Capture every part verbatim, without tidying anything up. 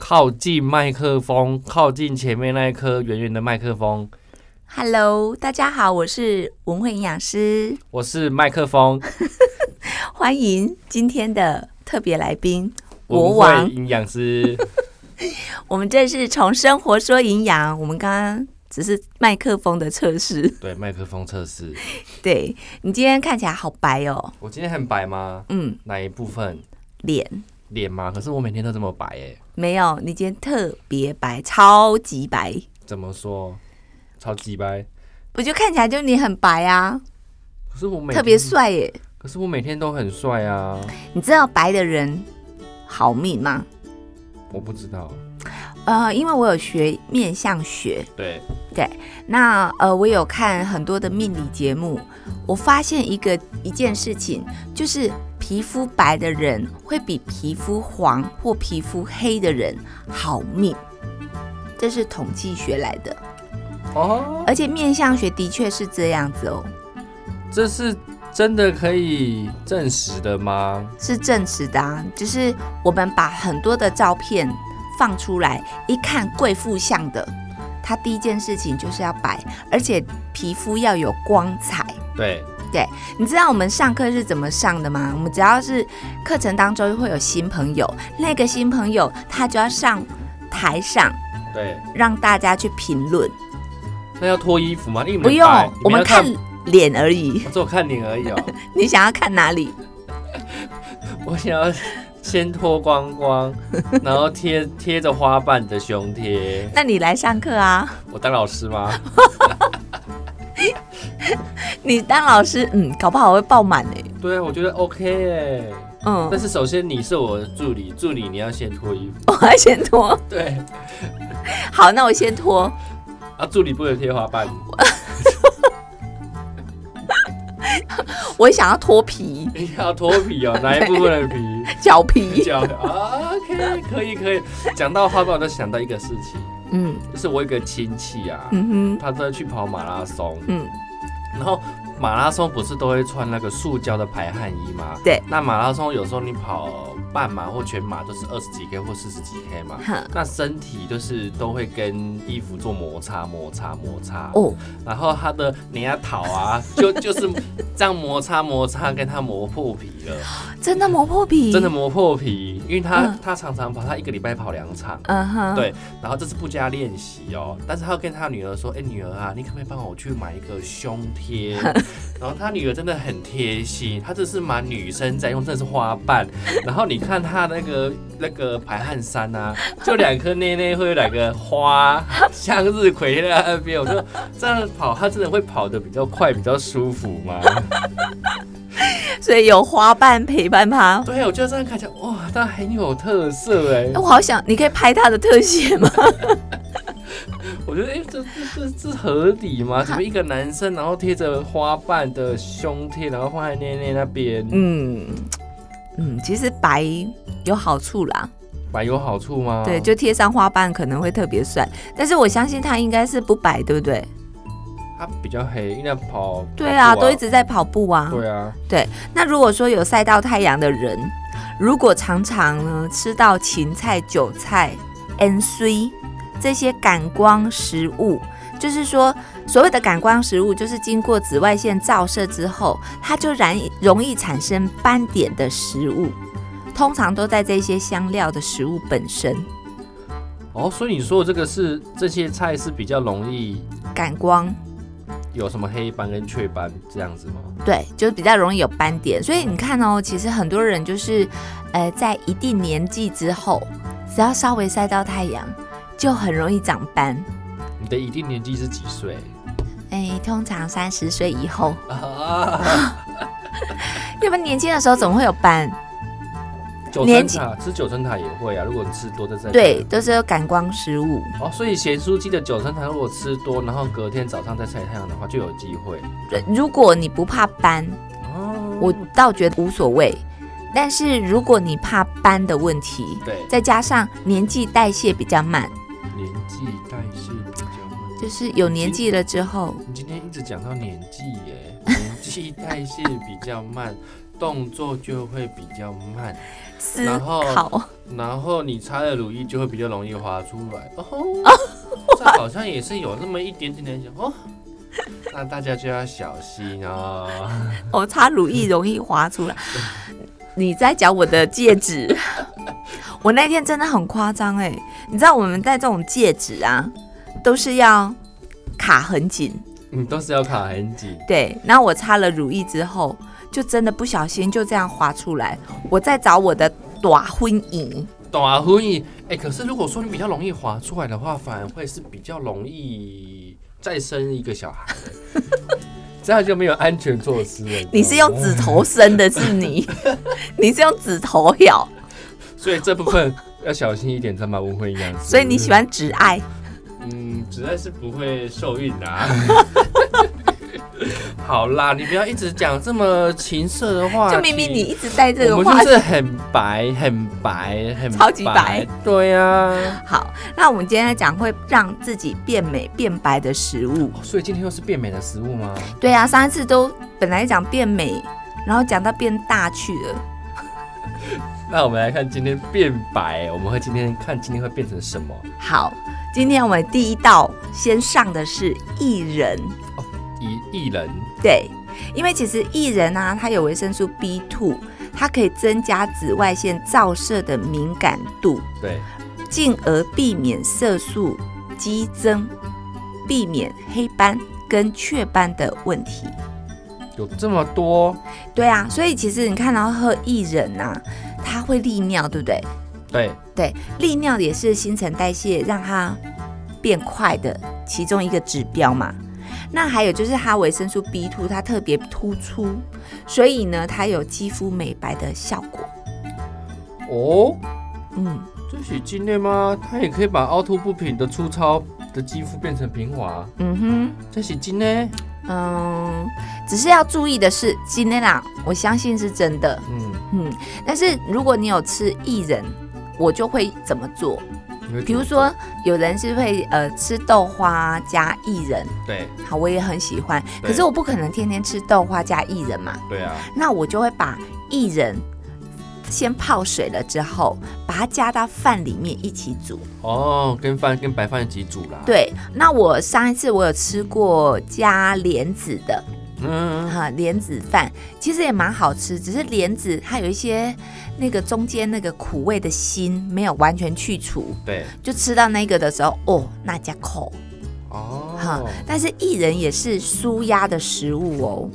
靠近麦克风，靠近前面那一颗圆圆的麦克风。 Hello， 大家好，我是文慧营养师， 我是麦克风， 欢迎今天的特别来宾国王营养师。 我们这是从生活说营养，我们刚刚只是麦克风的测试。 对，麦克风测试。 对，你今天看起来好白哦。 我今天很白吗？嗯。哪一部分？ 脸。 脸吗？可是我每天都这么白耶。 没有，你今天特别白，超级白。 怎么说？超级白？ 我就看起来就你很白啊。 可是我每天特别帅耶。 可是我每天都很帅啊。 你知道白的人好命吗？ 我不知道。 呃，因为我有学面相学， 对对，那呃，我有看很多的命理节目，我发现一个一件事情，就是皮肤白的人会比皮肤黄或皮肤黑的人好命，这是统计学来的哦，而且面相学的确是这样子哦。 这是真的可以证实的吗？ 是证实的啊，就是我们把很多的照片放出来，一看贵妇像的，他第一件事情就是要白，而且皮肤要有光彩。 对对，你知道我们上课是怎么上的吗？我们只要是课程当中会有新朋友，那个新朋友他就要上台上， 对， 让大家去评论。 那要脱衣服吗？ 不用，我们看脸而已。 我只有看脸而已哦。 你想要看哪里？ 我想要先脱光光，然后贴贴着花瓣的胸贴。 那你来上课啊？ 我当老师吗？ 你当老师，嗯，搞不好会爆满哎。 对啊，我觉得 OK 哎。嗯，但是首先你是我的助理，助理你要先脱衣服。 我要先脱。 对。 好，那我先脱。 啊，助理不能贴花瓣。 我想要脱皮。 你要脱皮哦？哪一部分的皮？ 脚皮。 脚皮啊 ，OK， 可以可以。讲到花瓣，我就想到一个事情，嗯，就是我有一个亲戚啊，嗯哼，他在去跑马拉松，嗯，然后马拉松不是都会穿那个塑胶的排汗衣吗？ 对。 那马拉松有时候你跑半马或全马都是二十几 K 或四十几 K 嘛，那身体就是都会跟衣服做摩擦摩擦摩擦哦，然后他的你要跑啊，就就是这样摩擦摩擦，跟他磨破皮了。 真的磨破皮？ 真的磨破皮，因为他、嗯、他常常跑，他一个礼拜跑两场，嗯哼，对，然后这是不加练习哦，但是他要跟他女儿说，哎、欸，女儿啊，你可不可以帮我去买一个胸贴？然后他女儿真的很贴心，她这是买女生在用，这是花瓣，然后你看他那个那个排汗衫啊，就两颗内内会有两个花向日葵在那边，我说这样跑，他真的会跑得比较快，比较舒服吗？ 所以有花瓣陪伴他。 对，我觉得这样看起来，哇，他很有特色哎。 我好想，你可以拍他的特写吗？ 我觉得，哎、欸，这这这这合理吗？怎么一个男生，然后贴着花瓣的胸贴，然后放在内内那边？嗯嗯，其实白有好处啦。 白有好处吗？ 对，就贴上花瓣可能会特别帅，但是我相信他应该是不白，对不对？ 他比较黑，因为他跑。 对啊，啊都一直在跑步啊。 对啊。 对，那如果说有晒到太阳的人，如果常常呢吃到芹菜、韭菜、N C 这些感光食物，就是说所谓的感光食物，就是经过紫外线照射之后，它就然容易产生斑点的食物，通常都在这些香料的食物本身。 哦，所以你说的这个是这些菜是比较容易感光。 有什么黑斑跟雀斑这样子吗？ 对，就比较容易有斑点。所以你看哦，其实很多人就是，呃，在一定年纪之后，只要稍微晒到太阳，就很容易长斑。 你的一定年纪是几岁？ 哎，通常三十岁以后。啊、要不然年轻的时候怎么会有斑？ 九层塔吃九层塔也会啊，如果你吃多的在对，都是有感光食物哦。所以咸酥鸡的九层塔如果吃多，然后隔天早上再晒太阳的话，就有机会。 如果你不怕斑，哦、我倒觉得无所谓。但是如果你怕斑的问题， 对， 再加上年纪代谢比较慢， 年纪代谢比较慢， 就是有年纪了之后， 你今天一直讲到年纪耶，年纪代谢比较慢。 动作就会比较慢， 思考， 然后你擦的乳液就会比较容易滑出来。哦，这好像也是有那么一点点的哦。那大家就要小心哦。 我擦乳液容易滑出来。你在讲我的戒指，我那天真的很夸张哎！你知道我们戴这种戒指啊，都是要卡很紧， 嗯，都是要卡很紧。 对，然后我擦了乳液之后，就真的不小心就这样滑出来。我在找我的大婚影， 大婚影，哎，可是如果说你比较容易滑出来的话，反而会是比较容易再生一个小孩的。这样就没有安全措施了。 你是用指头生的，是你，你是用指头咬， 所以这部分要小心一点，才把文慧营养师。 所以你喜欢指爱？ 嗯，指爱是不会受孕的、啊。好啦，你不要一直讲这么情色的话题。 就明明你一直带这个话题， 我们就是很白、很白、很白超级白。 对呀、啊。 好，那我们今天来讲会让自己变美、变白的食物。 所以今天又是变美的食物吗？ 对啊，上一次都本来讲变美，然后讲到变大去了。 那我们来看今天变白，我们会今天看今天会变成什么？ 好，今天我们第一道先上的是薏仁。 哦，薏仁。 对，因为其实薏仁啊，它有维生素 B 二， 它可以增加紫外线照射的敏感度， 对， 进而避免色素激增，避免黑斑跟雀斑的问题。 有这么多？ 对啊，所以其实你看到喝薏仁啊，它会利尿，对不对？ 对对，利尿也是新陈代谢让它变快的其中一个指标嘛。那还有就是它维生素 B 二 它特别突出，所以呢它有肌肤美白的效果。 哦， 嗯， 这是真的吗？它也可以把凹凸不平的粗糙的肌肤变成平滑。 嗯哼， 这是真的。 嗯，只是要注意的是，真的啦，我相信是真的。嗯嗯，但是如果你有吃薏仁，我就会怎么做？比如说，有人是会呃吃豆花加薏仁， 对， 好，我也很喜欢。可是我不可能天天吃豆花加薏仁嘛， 对啊。那我就会把薏仁先泡水了之后，把它加到饭里面一起煮。 哦，跟饭跟白饭一起煮啦。 对，那我上一次我有吃过加莲子的。嗯，哈，莲子饭其实也蛮好吃，只是莲子它有一些那个中间那个苦味的心没有完全去除， 对， 就吃到那个的时候，哦，那家口哦， 哈，但是薏仁也是舒压的食物哦，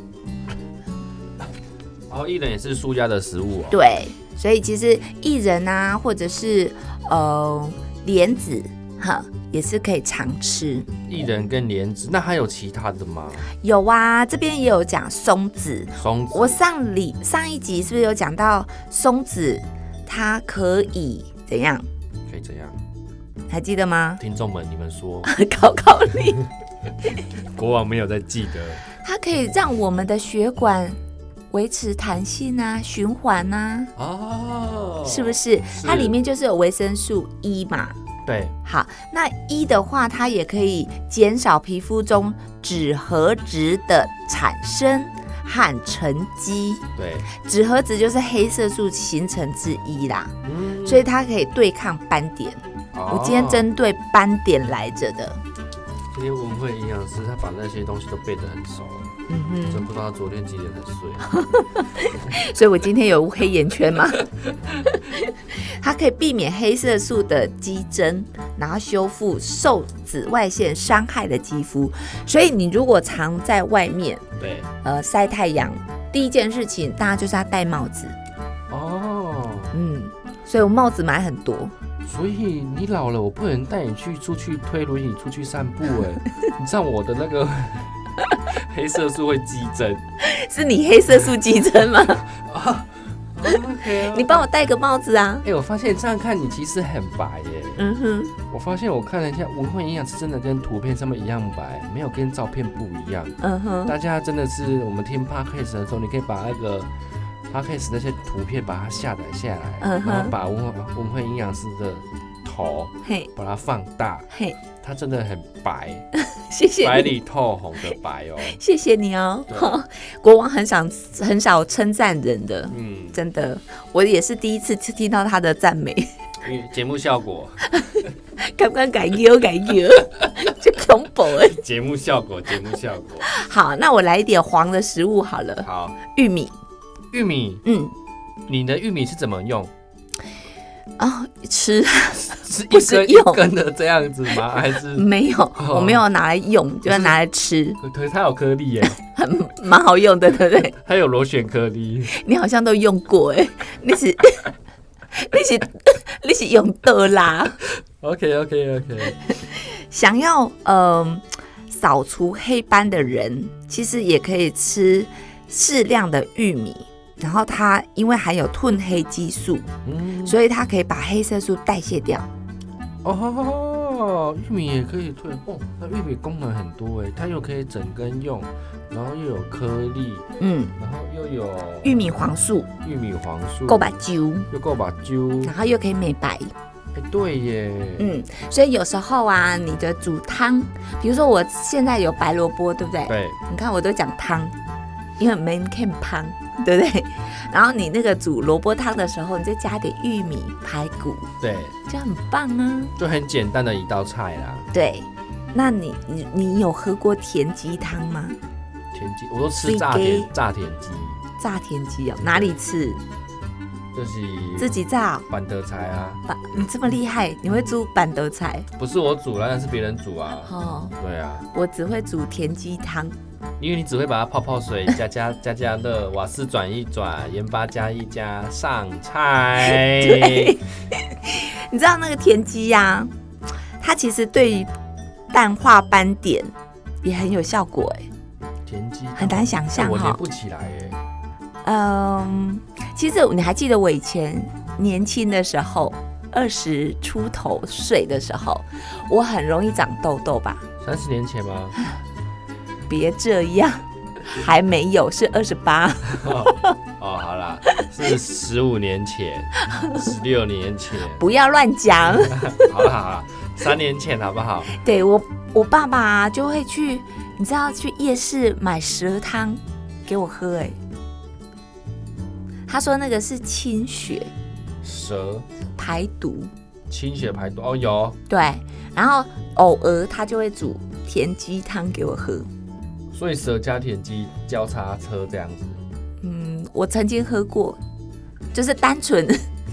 哦，薏仁也是舒压的食物哦， 对，所以其实薏仁啊，或者是呃莲子哈。也是可以常吃薏仁跟莲子，那还有其他的吗？ 有啊，这边也有讲松子。 松子， 我上里上一集是不是有讲到松子，它可以怎样？ 可以怎样？ 还记得吗？ 听众们，你们说， 考考你。 国王没有在记得。 它可以让我们的血管维持弹性啊，循环啊。哦，是不是？是它里面就是有维生素 E 嘛。 对， 好，那一的话，它也可以减少皮肤中脂核质的产生和沉积。 对， 脂核质就是黑色素形成之一啦，嗯、所以它可以对抗斑点。哦、我今天针对斑点来着的。 今天文慧营养师他把那些东西都背得很熟，嗯哼，真不知道他昨天几点才睡。 所以我今天有黑眼圈吗？它可以避免黑色素的激增，然后修复受紫外线伤害的肌肤。所以你如果常在外面， 对， 呃，晒太阳，第一件事情大家就是要戴帽子。哦，嗯，所以我帽子买很多。 所以你老了，我不能带你去出去推轮椅出去散步哎，你知道我的那个黑色素会激增， 是你黑色素激增吗？ 啊 ，OK 啊， 你帮我戴个帽子啊！ 哎、欸，我发现这样看你其实很白耶。嗯哼，我发现我看了一下文慧营养是真的跟图片上面一样白，没有跟照片不一样。嗯哼，大家真的是我们听 Podcast 的时候，你可以把那个。Podcast 那些图片把它下载下来，嗯、然后把文文慧营养师的头，把它放大，它真的很白， 谢谢你， 白里透红的白哦， 谢谢你哦。国王很少很少称赞人的，嗯，真的，我也是第一次听到他的赞美。 因为节目效果， 刚刚改油改油，就恐怖哎！ 节目效果，节目效果。 好，那我来一点黄的食物好了。 好， 玉米。 玉米，嗯，你的玉米是怎么用？ 哦，吃， 是一根一根的这样子吗？还是没有？哦、我没有拿来用，就是拿来吃。 可是它有颗粒耶， 很蛮好用的，对不对？ 它有螺旋颗粒。 你好像都用过哎，你是你是你是用的啦。 OK OK OK。 想要嗯、呃、扫除黑斑的人，其实也可以吃适量的玉米。然后它因为含有褪黑激素，嗯，所以它可以把黑色素代谢掉。 哦，玉米也可以退哦。那玉米功能很多哎，它又可以整根用，然后又有颗粒，嗯，然后又有玉米黄素， 玉米黄素够把揪， 又够把揪， 然后又可以美白。 哎，对耶， 嗯，所以有时候啊，你的煮汤，比如说我现在有白萝卜，对不对？ 对， 你看我都讲汤，因为没看汤。对不对？然后你那个煮萝卜汤的时候，你再加点玉米排骨， 对， 就很棒啊， 就很简单的一道菜啦。 对，那你你你有喝过田鸡汤吗？ 田鸡，我都吃炸田炸田鸡， 炸田鸡哦，哪里吃？ 就是自己炸板德菜啊。 你这么厉害，你会煮板德菜？ 不是我煮啦，那是别人煮啊。哦，对啊， 我只会煮田鸡汤。 因为你只会把它泡泡水，加加加加热，瓦斯转一转，盐巴加一加，上菜。 对，你知道那个田鸡呀、啊，它其实对于淡化斑点也很有效果哎。 田鸡很难想象哈， 我连不起来哎。 嗯，其实你还记得我以前年轻的时候，二十出头岁的时候，我很容易长痘痘吧？ 三十年前吗？ 别这样，还没有，是二十八。 哦，好啦，是十五年前，十六年前， 不要乱讲。 好了好了，三年前好不好？ 对我，我爸爸、啊、就会去，你知道去夜市买蛇汤给我喝、欸，哎，他说那个是清血， 蛇排毒， 清血排毒哦，有对，然后偶尔他就会煮田鸡汤给我喝。 所以蛇加田鸡交叉车这样子， 嗯，我曾经喝过，就是单纯。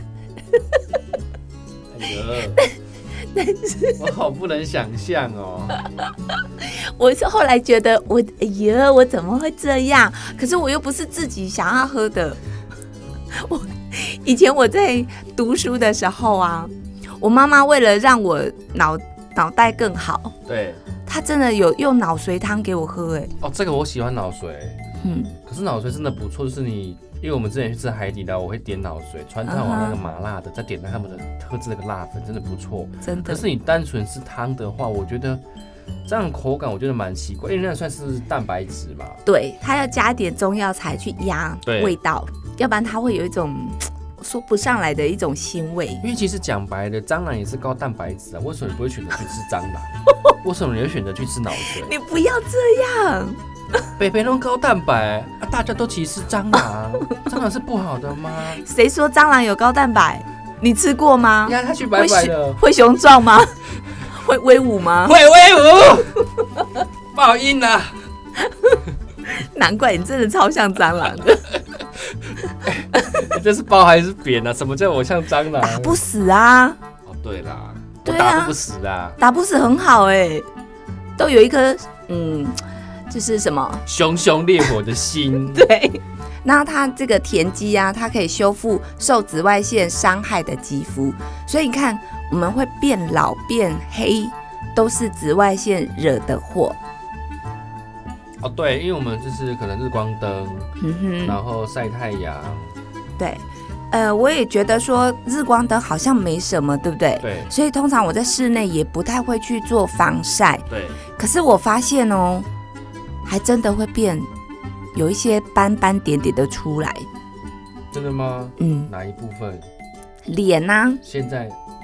哎呀，我好不能想象哦。 我是后来觉得我，哎呀，我怎么会这样？可是我又不是自己想要喝的。我以前我在读书的时候啊，我妈妈为了让我脑脑袋更好， 对。 他真的有用脑髓汤给我喝，哎， 哦，这个我喜欢脑髓，嗯，可是脑髓真的不错，就是你，因为我们之前去吃海底捞，我会点脑髓，川菜王那个麻辣的，再点他们的特制那个辣粉，真的不错， 真的。 可是你单纯是汤的话，我觉得这样口感我觉得蛮奇怪，因为那算是蛋白质嘛， 对，它要加点中药材去压味道，要不然它会有一种说不上来的一种腥味。 因为其实讲白的，蟑螂也是高蛋白质啊，为什么你不会选择去吃蟑螂？为什么你会选择去吃脑髓？ 你不要这样， 北北弄高蛋白啊，大家都歧视蟑螂，蟑螂是不好的吗？ 谁说蟑螂有高蛋白？你吃过吗？ 压下去白白的， 会雄壮吗？会威武吗？ 会威武，爆音啊！ 难怪你真的超像蟑螂的。 你这是包还是扁啊？什么叫我像蟑螂？ 打不死啊！ 哦，对啦， 对啊， 打不死啊， 打不死很好哎、欸，都有一颗嗯，就是什么熊熊烈火的心。 对，那它这个田鸡啊，它可以修复受紫外线伤害的肌肤，所以你看我们会变老变黑，都是紫外线惹的祸。 哦，对，因为我们就是可能日光灯，嗯、然后晒太阳。 对，呃，我也觉得说日光灯好像没什么，对不对？ 对。 所以通常我在室内也不太会去做防晒。 对。 可是我发现哦，还真的会变，有一些斑斑点点的出来。 真的吗？嗯。哪一部分？ 脸啊。 现在。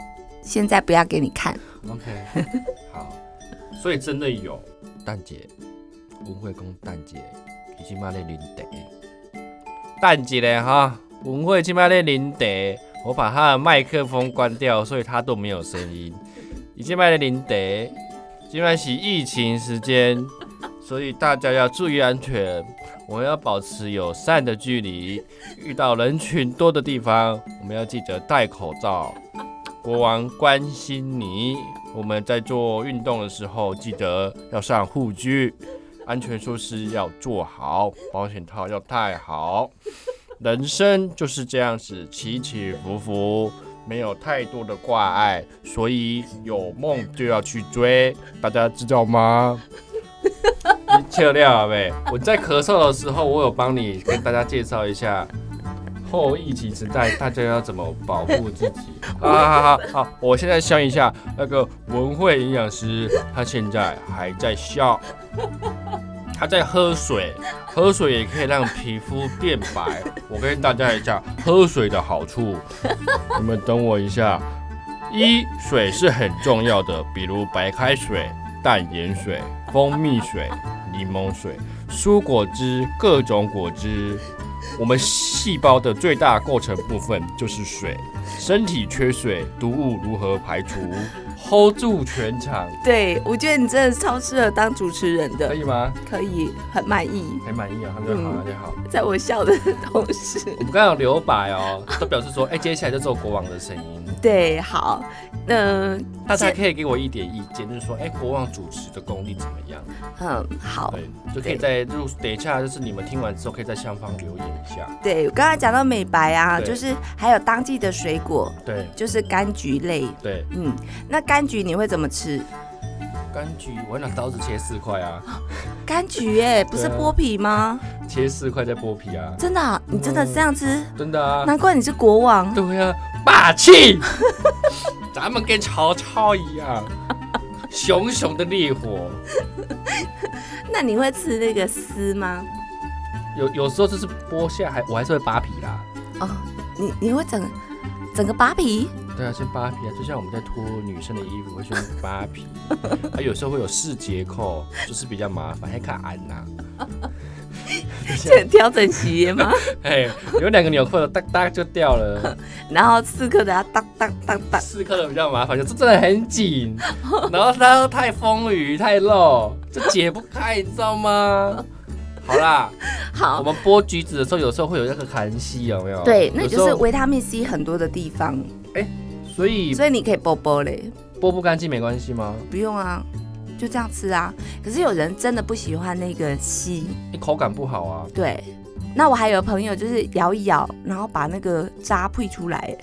现在不要给你看。 OK， 好，所以真的有蛋姐，文慧讲蛋姐，伊即摆咧啉茶，蛋姐咧哈，文慧即摆咧啉茶，我把她的麦克风关掉，所以她都没有声音。伊即摆咧啉茶，即摆是疫情时间，所以大家要注意安全。我们要保持友善的距离，遇到人群多的地方，我们要记得戴口罩。国王关心你，我们在做运动的时候，记得要上护具，安全措施要做好，保险套要戴好。人生就是这样子，起起伏伏，没有太多的挂碍，所以有梦就要去追，大家知道吗？你笑了没？我在咳嗽的时候，我有帮你跟大家介绍一下后疫情时代大家要怎么保护自己。好好好好，我现在笑一下那个文慧营养师，他现在还在笑，他在喝水，喝水也可以让皮肤变白。我跟大家讲喝水的好处，你们等我一下。一，水是很重要的，比如白开水、淡盐水、蜂蜜水、柠檬水、蔬果汁、各种果汁。我们细胞的最大构成部分就是水，身体缺水，毒物如何排除 ？hold 住全场。 对，我觉得你真的超适合当主持人的。 可以吗？ 可以，很满意。 很满意啊，那就好，那就好。 在我笑的同时， 我们刚刚有留白哦，都表示说，哎、欸，接下来就做国王的声音。 对，好，嗯、呃， 大家可以给我一点意见，就是说，哎、欸，国王主持的功力怎么样？ 嗯，好， 对，就可以在入等一下，就是你们听完之后，可以在下方留言一下。 对，我刚才讲到美白啊，就是还有当季的水果， 对， 就是柑橘类， 对， 嗯，那柑橘你会怎么吃？ 柑橘我会拿刀子切四块啊。 柑橘耶，不是剥皮吗？ 啊、切四块再剥皮啊。 真的、啊？你真的这样吃？ 嗯、真的啊。 难怪你是国王。 对啊，霸气。咱们跟曹操一样，熊熊的烈火。 那你会吃那个丝吗？ 有有时候就是剥下还我还是会扒皮啦。 哦，你你会整整个扒皮？ 对啊，先扒皮啊，就像我们在脱女生的衣服会先扒皮，啊，有时候会有四节扣，就是比较麻烦，还看安呐。 这调整洗耶吗？ 哎，有两个纽扣的，哒哒就掉了。 然后四颗的要哒哒哒哒。 四颗的比较麻烦，就是真的很紧，然后它又太丰腴太露，就解不开，你知道吗？好啦， 好， 我们剥橘子的时候，有时候会有那个痰息，有没有？ 对，那就是维他命 C 很多的地方。 哎、欸，所以所以你可以剥剥嘞， 剥不干净没关系吗？ 不用啊，就这样吃啊。可是有人真的不喜欢那个硒， 你口感不好啊。 对，那我还有朋友就是咬一咬，然后把那个渣配出来。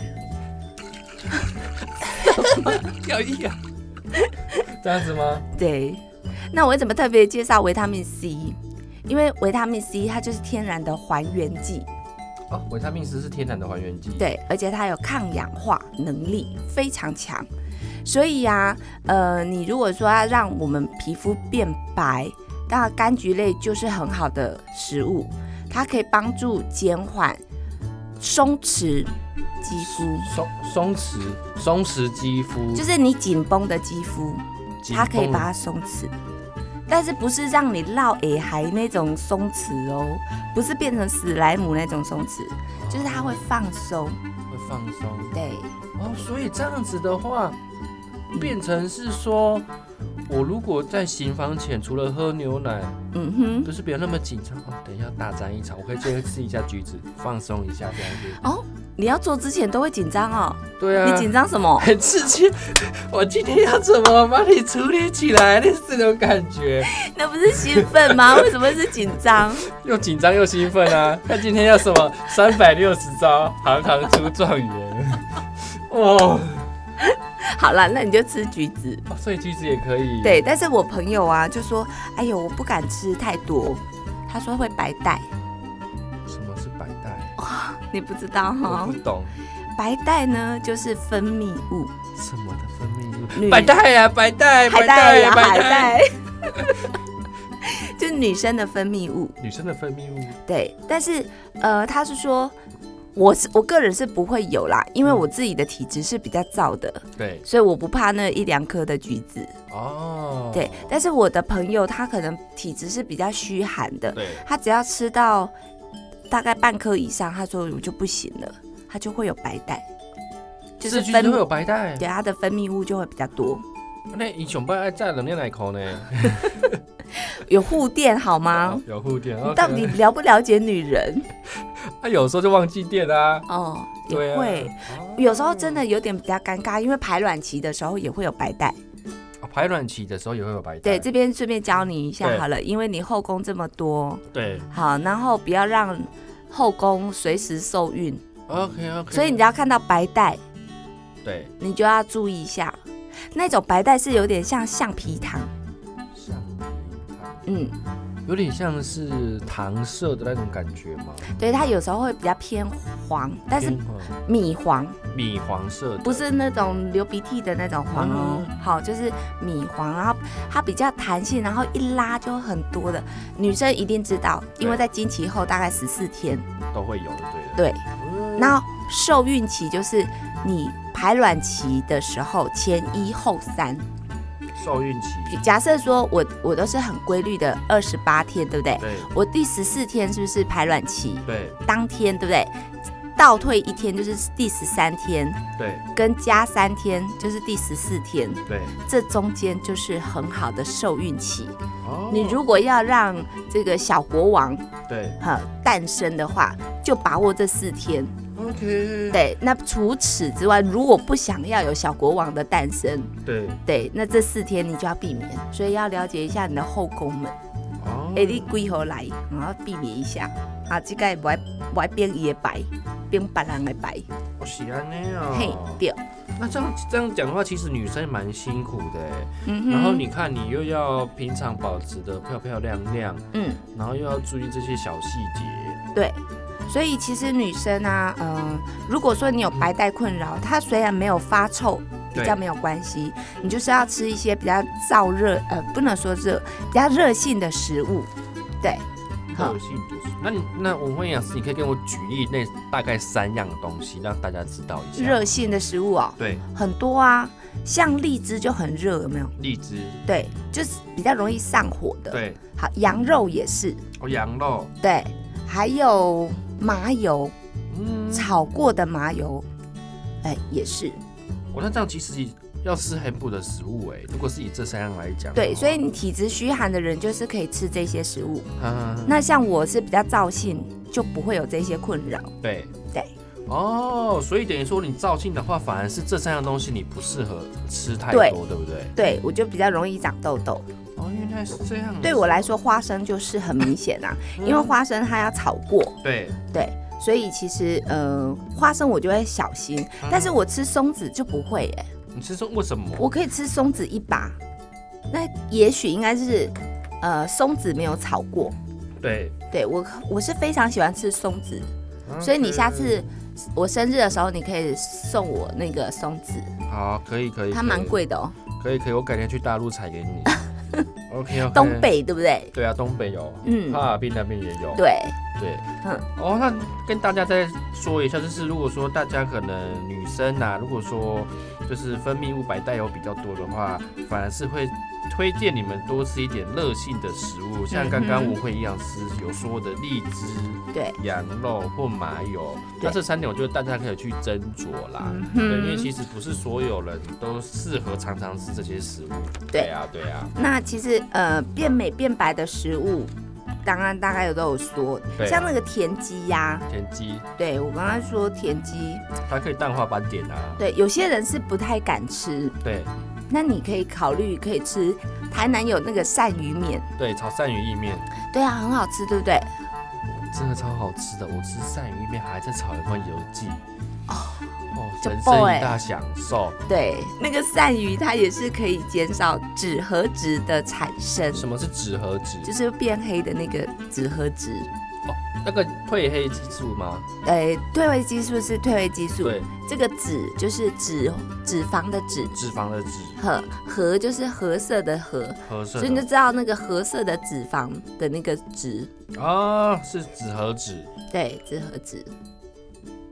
咬一咬，这样子吗？ 对，那我为什么特别介绍维他命 C？因为维他命 C 它就是天然的还原剂哦，维他命 C 是天然的还原剂， 对，而且它有抗氧化能力非常强，所以啊，呃，你如果说要让我们皮肤变白，当然柑橘类就是很好的食物，它可以帮助减缓松弛肌肤， 松松弛松弛肌肤， 就是你紧绷的肌肤，它可以把它松弛。但是不是让你绕耳海那种松弛哦，不是变成史莱姆那种松弛，就是它会放松， 会放松。 对， 哦，所以这样子的话，变成是说，我如果在行房前除了喝牛奶，嗯哼，就是不要那么紧张哦。等一下大战一场，我可以先吃一下橘子，放松一下这样子。 哦，你要做之前都会紧张哦。 对啊。 你紧张什么？ 很刺激。我今天要怎么把你处理起来？那是这种感觉。 那不是兴奋吗？为什么是紧张？ 又紧张又兴奋啊！看今天要什么三百六十招，行行出状元。哦。 好了，那你就吃橘子， 哦，所以橘子也可以。 对，但是我朋友啊就说，哎呦，我不敢吃太多，他说会白带。 什么是白带？ 哦，你不知道哈？ 我不懂。 白带呢，就是分泌物。 什么的分泌物？白带呀，白带， 海带呀，海带。就是女生的分泌物。 女生的分泌物。 对，但是呃，他是说。 我是我个人是不会有啦，因为我自己的体质是比较燥的， 对， 所以我不怕那一两颗的橘子。 哦， 对，但是我的朋友他可能体质是比较虚寒的， 对， 他只要吃到大概半颗以上，他说我就不行了，他就会有白带， 就是分就会有白带， 对，他的分泌物就会比较多。 那你上班爱载两粒奶口呢？ 有护垫好吗？ 有护垫。 你到底了不了解女人？ 他、啊、有时候就忘记垫啊。 哦，也会、啊，有时候真的有点比较尴尬，因为排卵期的时候也会有白带。 哦、排卵期的时候也会有白带。 对，这边顺便教你一下好了，因为你后宫这么多。 对。 好，然后不要让后宫随时受孕。 OK OK。 所以你只要看到白带， 对， 你就要注意一下。那种白带是有点像橡皮糖。 橡皮糖。 嗯。 有点像是糖色的那种感觉吗？ 对，它有时候会比较偏黄，但是米黄， 米黄色的， 不是那种流鼻涕的那种黄哦。嗯、好，就是米黄，然后它比较弹性，然后一拉就很多的。女生一定知道，因为在经期后大概十四天都会有的， 对。对，嗯、然后受孕期就是你排卵期的时候前一后三。 受孕期， 假设说我我都是很规律的二十八天，对不对？ 对。 我第十四天是不是排卵期？ 对。 当天对不对？倒退一天就是第十三天， 对。 跟加三天就是第十四天， 对。 这中间就是很好的受孕期。 哦。 你如果要让这个小国王对哈诞生的话，就把握这四天。 OK， 对，那除此之外，如果不想要有小国王的诞生， 对对，那这四天你就要避免，所以要了解一下你的后宫们，哦，哎，你几号来，然后避免一下，啊，这个不爱不爱变伊的白，变别人的白， 哦，是安尼哦， 嘿，对。 那这样这样讲的话，其实女生蛮辛苦的哎， 嗯， 然后你看你又要平常保持的漂漂亮亮， 嗯， 然后又要注意这些小细节， 对。所以其实女生啊，嗯、呃，如果说你有白带困扰，它虽然没有发臭，比较没有关系，你就是要吃一些比较燥热，呃，不能说热，比较热性的食物，对。 热性的食物，那你那我问营养师，你可以跟我举例那大概三样东西，让大家知道一下。 热性的食物哦， 对， 很多啊，像荔枝就很热，有没有？ 荔枝， 对，就是比较容易上火的。 对， 好，羊肉也是。 哦，羊肉。 对，还有麻油， 嗯， 炒过的麻油，哎，也是。 我、哦、那这样其实要吃很补的食物哎，如果是以这三样来讲， 对，所以你体质虚寒的人就是可以吃这些食物。 啊、 那像我是比较燥性，就不会有这些困扰。 对对。 哦，所以等于说你燥性的话，反而是这三样东西你不适合吃太多， 对, 对不对？ 对，我就比较容易长痘痘。 哦，原来是这样。 对我来说，花生就是很明显啊，嗯、因为花生它要炒过。 对对。所以其实呃，花生我就会小心，嗯、但是我吃松子就不会哎。 你吃松为什么？ 我可以吃松子一把，那也许应该是呃松子没有炒过。 对， 对我我是非常喜欢吃松子， okay. 所以你下次我生日的时候，你可以送我那个松子。 好，可以可以。 它蛮贵的哦。 可以可以，我改天去大陆采给你。OK OK。 东北对不对？ 对啊，东北有， 嗯， 哈尔滨那边也有。 对对， 嗯， 哦，那跟大家再说一下，就是如果说大家可能女生啊，如果说就是分泌物白带有比较多的话，反而是会推荐你们多吃一点热性的食物，像刚刚文慧营养师有说的荔枝、 对， 羊肉或麻油，那这三点我觉得大家可以去斟酌啦。 嗯、 对，因为其实不是所有人都适合常常吃这些食物。 对， 对啊，对啊。 那其实呃，变美变白的食物。当然，大概有都有说，像那个田鸡呀、啊， 田鸡， 对我刚刚说田鸡， 它可以淡化斑点啊。 对，有些人是不太敢吃。 对， 那你可以考虑可以吃台南有那个鳝鱼面， 对，炒鳝鱼意面， 对啊，很好吃，对不对？ 真的超好吃的，我吃鳝鱼意面还在炒一罐油记。哦。哦，人生一大享受。 对，那个鳝鱼它也是可以减少脂核质的产生。 什么是脂核质？ 就是变黑的那个脂核质。 哦，那个褪黑激素吗？ 呃，褪黑激素是褪黑激素。 对， 这个脂就是脂脂肪的脂， 脂肪的脂。 核核就是褐色的核， 褐色的。 所以你就知道那个褐色的脂肪的那个脂。 啊，是脂核质。 对，脂核质。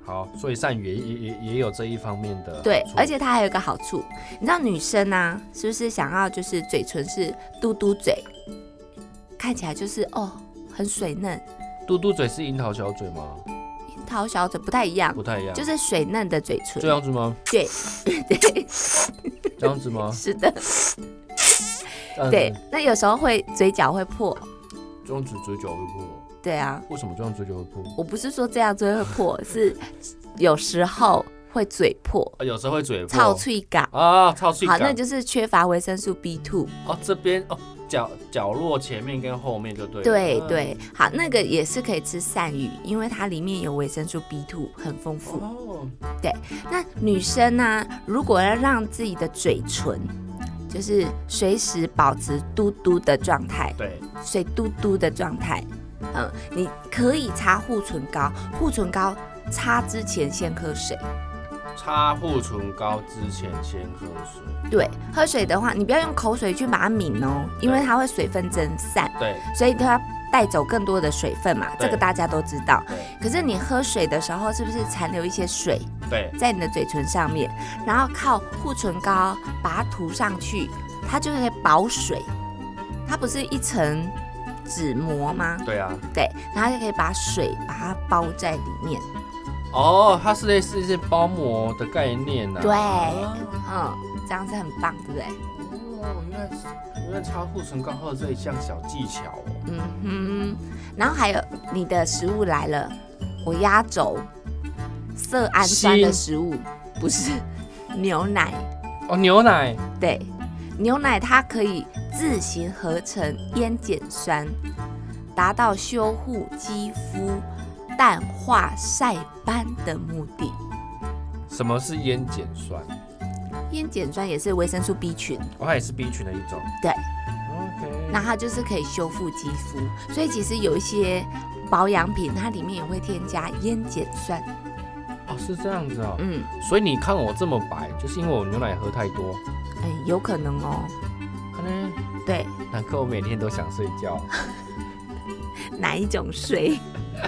好，所以鳝鱼也也也有这一方面的好处。 对，而且它还有一个好处，你知道女生啊，是不是想要就是嘴唇是嘟嘟嘴，看起来就是哦很水嫩。 嘟嘟嘴是樱桃小嘴吗？ 樱桃小嘴不太一样， 不太一样， 就是水嫩的嘴唇。 这样子吗？ 对，对， 这样子吗？ 是的。对，那有时候会嘴角会破。 这样子嘴角会破？ 对啊。 为什么这样嘴角会破？ 我不是说这样嘴会破，是有时候会嘴破， 啊、有时候会嘴破。 臭脆感啊，臭脆感。 好，那就是缺乏维生素 B 二。 哦，这边哦。角角落前面跟后面就对了。 对对，好，那个也是可以吃鳝鱼，因为它里面有维生素 B 二，很丰富。哦，对。那女生呢、啊，如果要让自己的嘴唇就是随时保持嘟嘟的状态， 对， 水嘟嘟的状态，嗯，你可以擦护唇膏，护唇膏擦之前先喝水。 擦护唇膏之前先喝水。 对，喝水的话，你不要用口水去把它抿哦，因为它会水分蒸散。 对， 所以它要带走更多的水分嘛，这个大家都知道。可是你喝水的时候，是不是残留一些水？ 对， 在你的嘴唇上面，然后靠护唇膏把它涂上去，它就可以保水。它不是一层纸膜吗？ 对啊。 对，然后就可以把水把它包在里面。 哦，它是类似一些包膜的概念啊。 对，嗯，这样是很棒，对不对？ 哦，原来原来擦护唇膏还有这一项小技巧哦。 嗯哼，然后还有你的食物来了，我压轴，色氨酸的食物不是牛奶。 哦，牛奶。 对，牛奶它可以自行合成烟碱酸，达到修护肌肤、淡化晒斑的目的。 什么是烟碱酸？ 烟碱酸也是维生素 B 群， 哦，它也是 B 群的一种。 对 ，OK， 那它就是可以修复肌肤，所以其实有一些保养品，它里面也会添加烟碱酸。 哦，是这样子哦。 嗯， 所以你看我这么白，就是因为我牛奶喝太多。 哎，有可能哦。 可能。 对。 难怪我每天都想睡觉。 哪一种睡？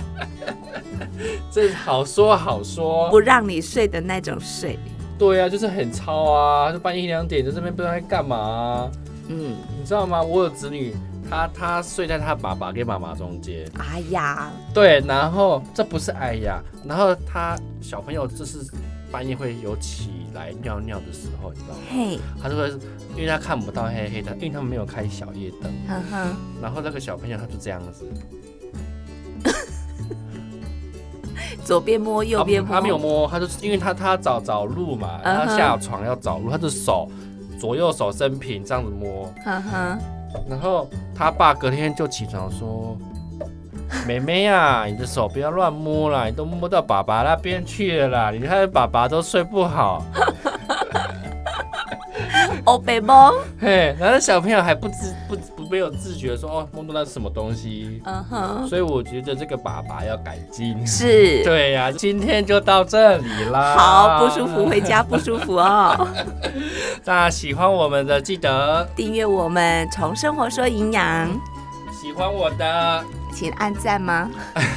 这好说好说， 不让你睡的那种睡。 对啊，就是很超啊，就半夜一两点在这边不知道在干嘛、啊。嗯，你知道吗？我有子女，他他睡在他爸爸跟妈妈中间。 哎呀， 对，然后这不是哎呀，然后他小朋友就是半夜会有起来尿尿的时候，你知道吗？嘿，他就会，因为他看不到黑黑的，因为他们没有开小夜灯。呵呵，然后那个小朋友他就这样子。 左边摸，右边摸。 他没有摸，他就是因为他他找找路嘛，他下床要找路，他的手左右手伸平这样子摸。然后他爸隔天就起床说：“妹妹啊，你的手不要乱摸啦，你都摸到爸爸那边去了啦，你看爸爸都睡不好。” 哦，北摸。 嘿，然后小朋友还不知不不没有自觉说哦摸到那是什么东西，嗯哼，所以我觉得这个爸爸要改进。 是， 对呀、啊，今天就到这里啦。 好，不舒服回家不舒服哦。 那喜欢我们的记得订阅我们从生活说营养。 喜欢我的请按赞吗？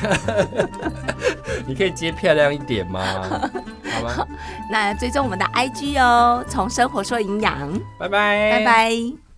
你可以接漂亮一点吗？好吗？ 那追踪我们的 I G 哦，从生活说营养。 拜拜， 拜拜。